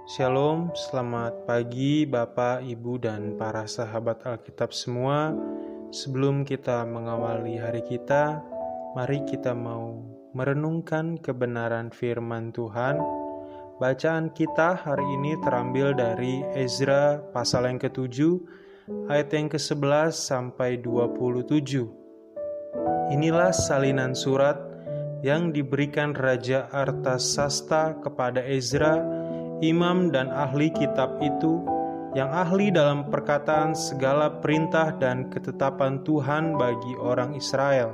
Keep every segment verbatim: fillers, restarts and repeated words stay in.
Shalom, selamat pagi Bapak, Ibu, dan para sahabat Alkitab semua. Sebelum kita mengawali hari kita, mari kita mau merenungkan kebenaran firman Tuhan. Bacaan kita hari ini terambil dari Ezra pasal yang ketujuh, ayat yang kesebelas sampai dua puluh tujuh. Inilah salinan surat yang diberikan Raja Artasasta kepada Ezra, imam dan ahli kitab itu, yang ahli dalam perkataan segala perintah dan ketetapan Tuhan bagi orang Israel.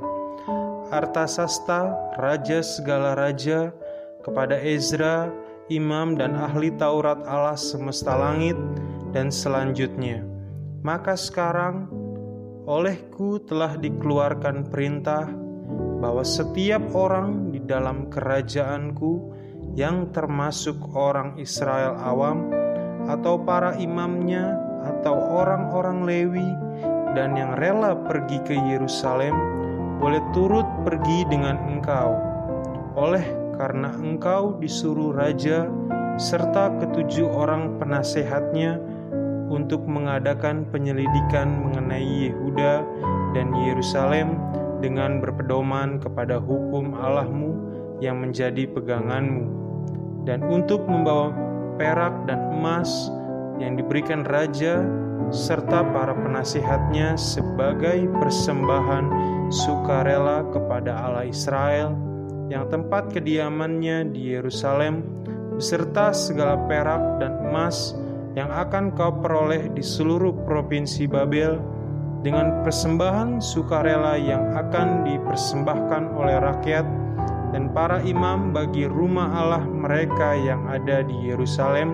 Artasasta, raja segala raja, kepada Ezra, imam dan ahli Taurat Allah semesta langit, dan selanjutnya. Maka sekarang, olehku telah dikeluarkan perintah bahwa setiap orang di dalam kerajaanku yang termasuk orang Israel awam, atau para imamnya, atau orang-orang Lewi, dan yang rela pergi ke Yerusalem, boleh turut pergi dengan engkau. Oleh karena engkau disuruh raja, serta ketujuh orang penasehatnya, untuk mengadakan penyelidikan mengenai Yehuda dan Yerusalem, dengan berpedoman kepada hukum Allahmu yang menjadi peganganmu, dan untuk membawa perak dan emas yang diberikan raja serta para penasihatnya sebagai persembahan sukarela kepada Allah Israel, yang tempat kediamannya di Yerusalem, beserta segala perak dan emas yang akan kau peroleh di seluruh provinsi Babel, dengan persembahan sukarela yang akan dipersembahkan oleh rakyat dan para imam bagi rumah Allah mereka yang ada di Yerusalem.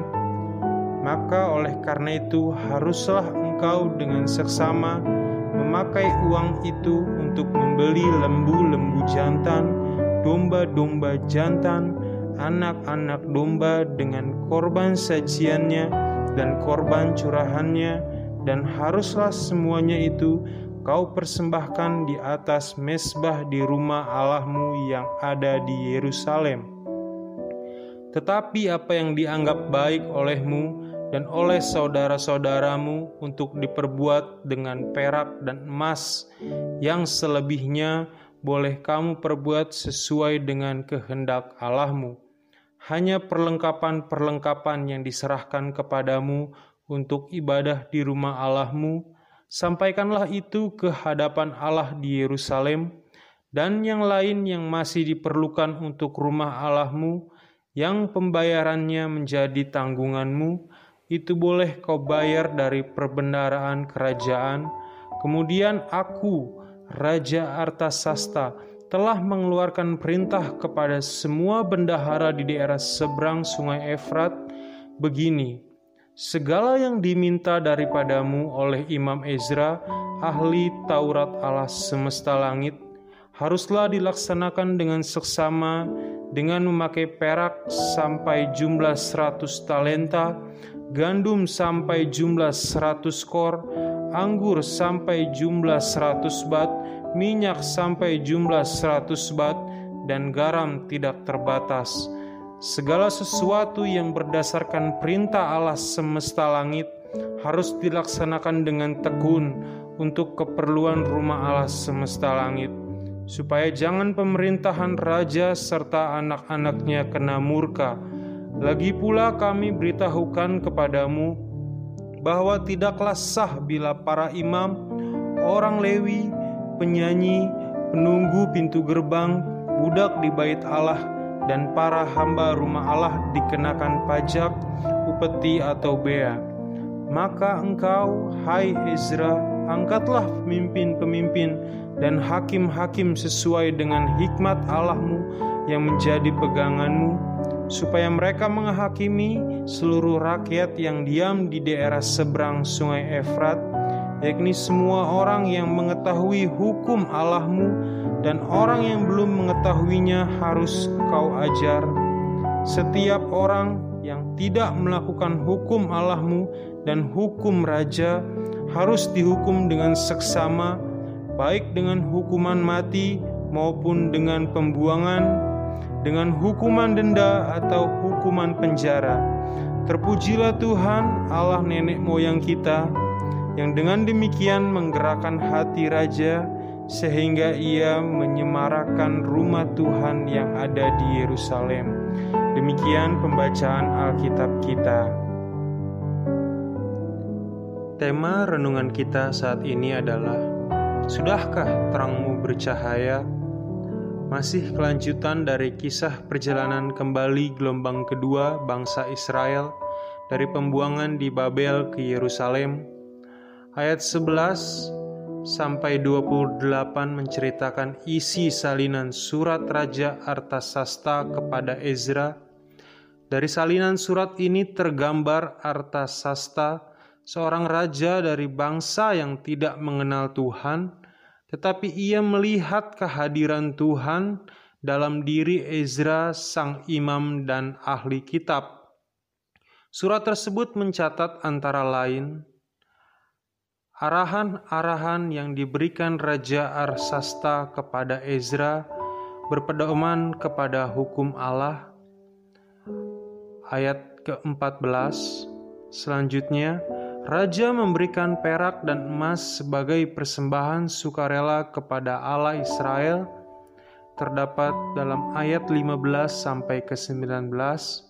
Maka oleh karena itu haruslah engkau dengan seksama memakai uang itu untuk membeli lembu-lembu jantan, domba-domba jantan, anak-anak domba dengan korban sajiannya dan korban curahannya, dan haruslah semuanya itu kau persembahkan di atas mezbah di rumah Allahmu yang ada di Yerusalem. Tetapi apa yang dianggap baik olehmu dan oleh saudara-saudaramu untuk diperbuat dengan perak dan emas, yang selebihnya boleh kamu perbuat sesuai dengan kehendak Allahmu. Hanya perlengkapan-perlengkapan yang diserahkan kepadamu untuk ibadah di rumah Allahmu, sampaikanlah itu ke hadapan Allah di Yerusalem, dan yang lain yang masih diperlukan untuk rumah Allahmu, yang pembayarannya menjadi tanggunganmu, itu boleh kau bayar dari perbendaharaan kerajaan. Kemudian aku, Raja Artasasta, telah mengeluarkan perintah kepada semua bendahara di daerah seberang sungai Efrat, begini: segala yang diminta daripadamu oleh Imam Ezra, ahli Taurat Allah semesta langit, haruslah dilaksanakan dengan seksama, dengan memakai perak sampai jumlah seratus talenta, gandum sampai jumlah seratus kor, anggur sampai jumlah seratus bat, minyak sampai jumlah seratus bat, dan garam tidak terbatas. Segala sesuatu yang berdasarkan perintah Allah semesta langit harus dilaksanakan dengan tekun untuk keperluan rumah Allah semesta langit, supaya jangan pemerintahan raja serta anak-anaknya kena murka. Lagi pula kami beritahukan kepadamu bahwa tidaklah sah bila para imam, orang Lewi, penyanyi, penunggu pintu gerbang, budak di bait Allah, dan para hamba rumah Allah dikenakan pajak, upeti atau bea. Maka engkau, hai Ezra, angkatlah pemimpin-pemimpin dan hakim-hakim sesuai dengan hikmat Allahmu yang menjadi peganganmu, supaya mereka menghakimi seluruh rakyat yang diam di daerah seberang sungai Efrat, yakni semua orang yang mengetahui hukum Allahmu, dan orang yang belum mengetahuinya harus kau ajar. Setiap orang yang tidak melakukan hukum Allahmu dan hukum raja harus dihukum dengan seksama, baik dengan hukuman mati maupun dengan pembuangan, dengan hukuman denda atau hukuman penjara. Terpujilah Tuhan, Allah nenek moyang kita, yang dengan demikian menggerakkan hati raja, sehingga ia menyemarakan rumah Tuhan yang ada di Yerusalem. Demikian pembacaan Alkitab kita. Tema renungan kita saat ini adalah, sudahkah terangmu bercahaya? Masih kelanjutan dari kisah perjalanan kembali gelombang kedua bangsa Israel dari pembuangan di Babel ke Yerusalem. Ayat sebelas sampai dua puluh delapan menceritakan isi salinan surat Raja Artasasta kepada Ezra. Dari salinan surat ini tergambar Artasasta, seorang raja dari bangsa yang tidak mengenal Tuhan, tetapi ia melihat kehadiran Tuhan dalam diri Ezra, sang imam dan ahli kitab. Surat tersebut mencatat antara lain arahan-arahan yang diberikan Raja Artasasta kepada Ezra berpedoman kepada hukum Allah. Ayat keempat belas, selanjutnya, Raja memberikan perak dan emas sebagai persembahan sukarela kepada Allah Israel, terdapat dalam ayat lima belas sampai ke sembilan belas.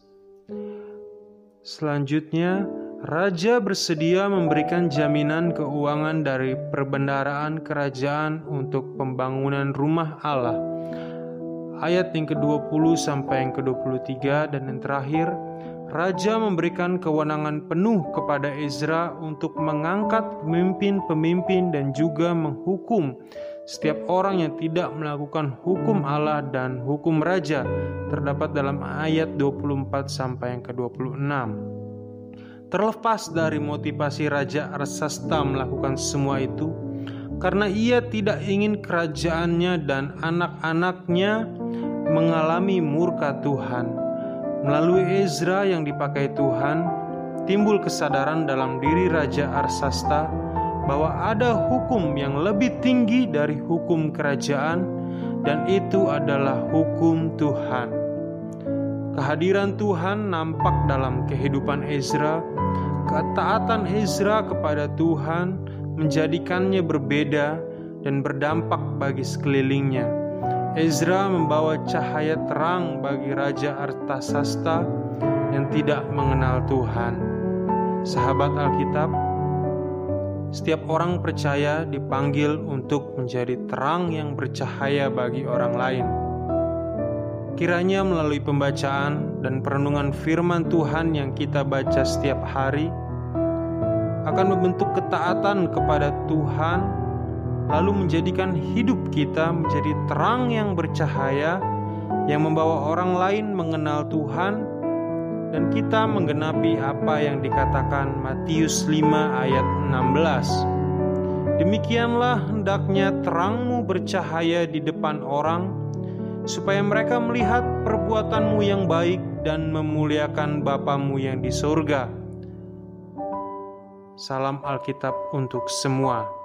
Selanjutnya, Raja bersedia memberikan jaminan keuangan dari perbendaharaan kerajaan untuk pembangunan rumah Allah. Ayat yang ke dua puluh sampai yang ke dua puluh tiga, dan yang terakhir, Raja memberikan kewenangan penuh kepada Ezra untuk mengangkat pemimpin-pemimpin dan juga menghukum setiap orang yang tidak melakukan hukum Allah dan hukum Raja, terdapat dalam ayat dua puluh empat sampai yang ke dua puluh enam. Terlepas dari motivasi Raja Artasasta melakukan semua itu, karena ia tidak ingin kerajaannya dan anak-anaknya mengalami murka Tuhan. Melalui Ezra yang dipakai Tuhan, timbul kesadaran dalam diri Raja Artasasta bahwa ada hukum yang lebih tinggi dari hukum kerajaan, dan itu adalah hukum Tuhan. Kehadiran Tuhan nampak dalam kehidupan Ezra. Ketaatan Ezra kepada Tuhan menjadikannya berbeda dan berdampak bagi sekelilingnya. Ezra membawa cahaya terang bagi Raja Artasasta yang tidak mengenal Tuhan. Sahabat Alkitab, setiap orang percaya dipanggil untuk menjadi terang yang bercahaya bagi orang lain. Kiranya melalui pembacaan dan perenungan firman Tuhan yang kita baca setiap hari akan membentuk ketaatan kepada Tuhan, lalu menjadikan hidup kita menjadi terang yang bercahaya yang membawa orang lain mengenal Tuhan, dan kita menggenapi apa yang dikatakan Matius lima ayat enam belas. Demikianlah hendaknya terangmu bercahaya di depan orang, supaya mereka melihat perbuatanmu yang baik dan memuliakan Bapamu yang di surga. Salam Alkitab untuk semua.